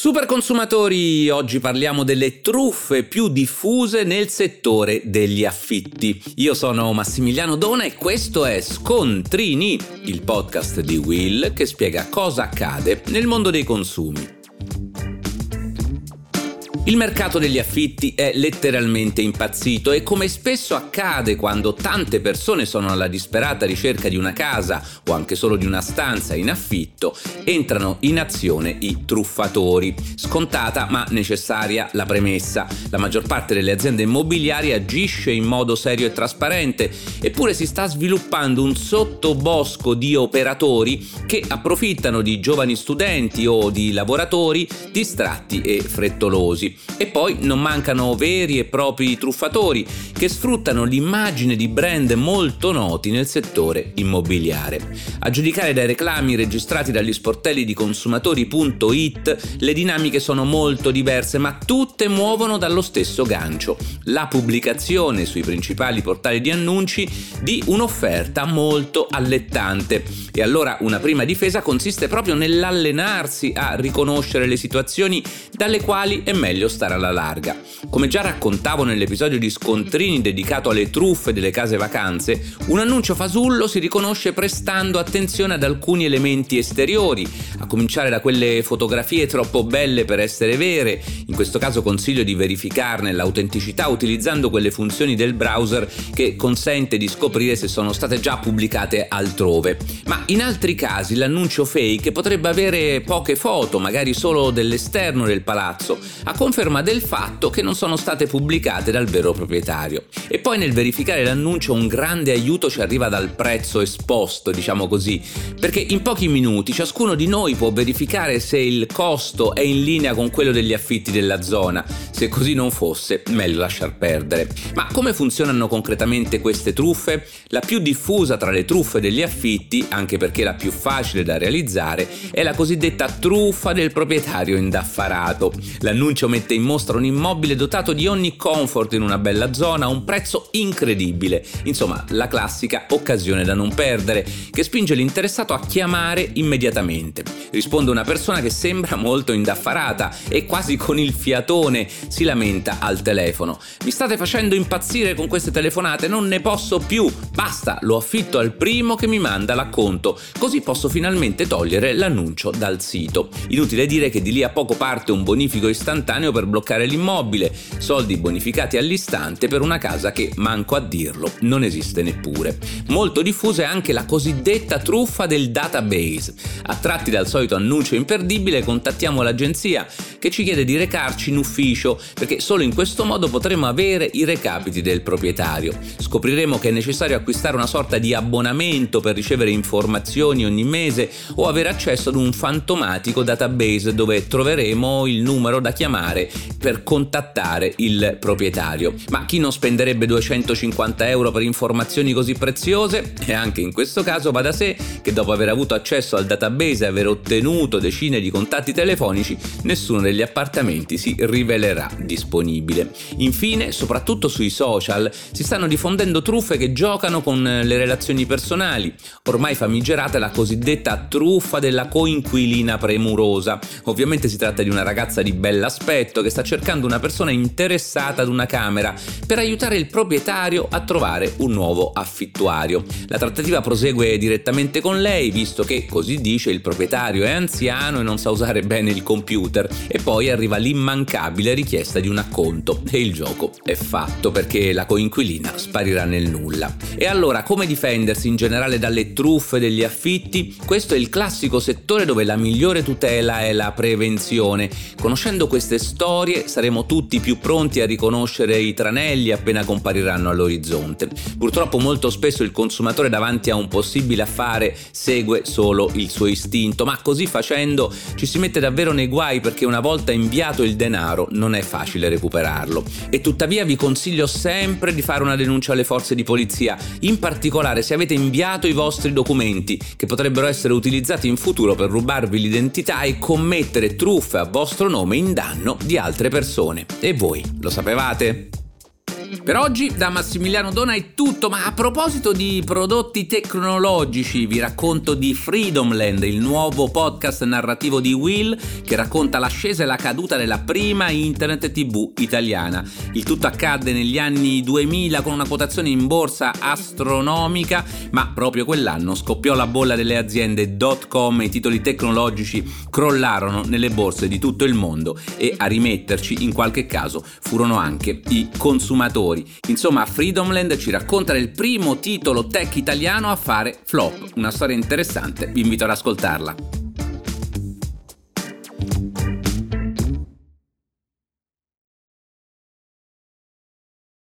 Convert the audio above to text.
Super consumatori, oggi parliamo delle truffe più diffuse nel settore degli affitti. Io sono Massimiliano Dona e questo è Scontrini, il podcast di Will che spiega cosa accade nel mondo dei consumi. Il mercato degli affitti è letteralmente impazzito e, come spesso accade quando tante persone sono alla disperata ricerca di una casa o anche solo di una stanza in affitto, entrano in azione i truffatori. Scontata ma necessaria la premessa: la maggior parte delle aziende immobiliari agisce in modo serio e trasparente, eppure si sta sviluppando un sottobosco di operatori che approfittano di giovani studenti o di lavoratori distratti e frettolosi. E poi non mancano veri e propri truffatori che sfruttano l'immagine di brand molto noti nel settore immobiliare. A giudicare dai reclami registrati dagli sportelli di consumatori.it, le dinamiche sono molto diverse, ma tutte muovono dallo stesso gancio: la pubblicazione sui principali portali di annunci di un'offerta molto allettante. E allora una prima difesa consiste proprio nell'allenarsi a riconoscere le situazioni dalle quali è meglio stare alla larga. Come già raccontavo nell'episodio di Scontrini dedicato alle truffe delle case vacanze, un annuncio fasullo si riconosce prestando attenzione ad alcuni elementi esteriori, a cominciare da quelle fotografie troppo belle per essere vere. In questo caso consiglio di verificarne l'autenticità utilizzando quelle funzioni del browser che consente di scoprire se sono state già pubblicate altrove. Ma in altri casi l'annuncio fake potrebbe avere poche foto, magari solo dell'esterno del palazzo, a conferma del fatto che non sono state pubblicate dal vero proprietario. E poi nel verificare l'annuncio un grande aiuto ci arriva dal prezzo esposto, diciamo così, perché in pochi minuti ciascuno di noi può verificare se il costo è in linea con quello degli affitti della zona. Se così non fosse, meglio lasciar perdere. Ma come funzionano concretamente queste truffe? La più diffusa tra le truffe degli affitti, anche perché la più facile da realizzare, è la cosiddetta truffa del proprietario indaffarato. L'annuncio mette in mostra un immobile dotato di ogni comfort in una bella zona a un prezzo incredibile. Insomma, la classica occasione da non perdere, che spinge l'interessato a chiamare immediatamente. Risponde una persona che sembra molto indaffarata e quasi con il fiatone si lamenta al telefono: mi state facendo impazzire con queste telefonate, non ne posso più, basta, lo affitto al primo che mi manda l'acconto, così posso finalmente togliere l'annuncio dal sito. Inutile dire che di lì a poco parte un bonifico istantaneo per bloccare l'immobile, soldi bonificati all'istante per una casa che, manco a dirlo, non esiste neppure. Molto diffusa è anche la cosiddetta truffa del database. Attratti dal solito annuncio imperdibile, contattiamo l'agenzia che ci chiede di recarci in ufficio, perché solo in questo modo potremo avere i recapiti del proprietario. Scopriremo che è necessario acquistare una sorta di abbonamento per ricevere informazioni ogni mese o avere accesso ad un fantomatico database dove troveremo il numero da chiamare per contattare il proprietario. Ma chi non spenderebbe 250 euro per informazioni così preziose? E anche in questo caso va da sé che dopo aver avuto accesso al database e aver ottenuto decine di contatti telefonici, nessuno degli appartamenti si rivelerà disponibile. Infine, soprattutto sui social, si stanno diffondendo truffe che giocano con le relazioni personali. Ormai famigerata è la cosiddetta truffa della coinquilina premurosa. Ovviamente si tratta di una ragazza di bell'aspetto che sta cercando una persona interessata ad una camera per aiutare il proprietario a trovare un nuovo affittuario. La trattativa prosegue direttamente con lei, visto che, così dice, il proprietario è anziano e non sa usare bene il computer, e poi arriva l'immancabile richiesta di un acconto e il gioco è fatto, perché la coinquilina sparirà nel nulla. E allora, come difendersi in generale dalle truffe degli affitti? Questo è il classico settore dove la migliore tutela è la prevenzione. Conoscendo queste storie saremo tutti più pronti a riconoscere i tranelli appena compariranno all'orizzonte. Purtroppo molto spesso il consumatore davanti a un possibile affare segue solo il suo istinto, ma così facendo ci si mette davvero nei guai, perché una volta inviato il denaro non è facile recuperarlo. E tuttavia vi consiglio sempre di fare una denuncia alle forze di polizia, in particolare se avete inviato i vostri documenti, che potrebbero essere utilizzati in futuro per rubarvi l'identità e commettere truffe a vostro nome in danno di altre persone. E voi lo sapevate? Per oggi da Massimiliano Dona è tutto, ma a proposito di prodotti tecnologici vi racconto di Freedomland, il nuovo podcast narrativo di Will che racconta l'ascesa e la caduta della prima internet TV italiana. Il tutto accadde negli anni 2000 con una quotazione in borsa astronomica, ma proprio quell'anno scoppiò la bolla delle aziende .com e i titoli tecnologici crollarono nelle borse di tutto il mondo e a rimetterci in qualche caso furono anche i consumatori. Insomma, Freedomland ci racconta del primo titolo tech italiano a fare flop. Una storia interessante, vi invito ad ascoltarla.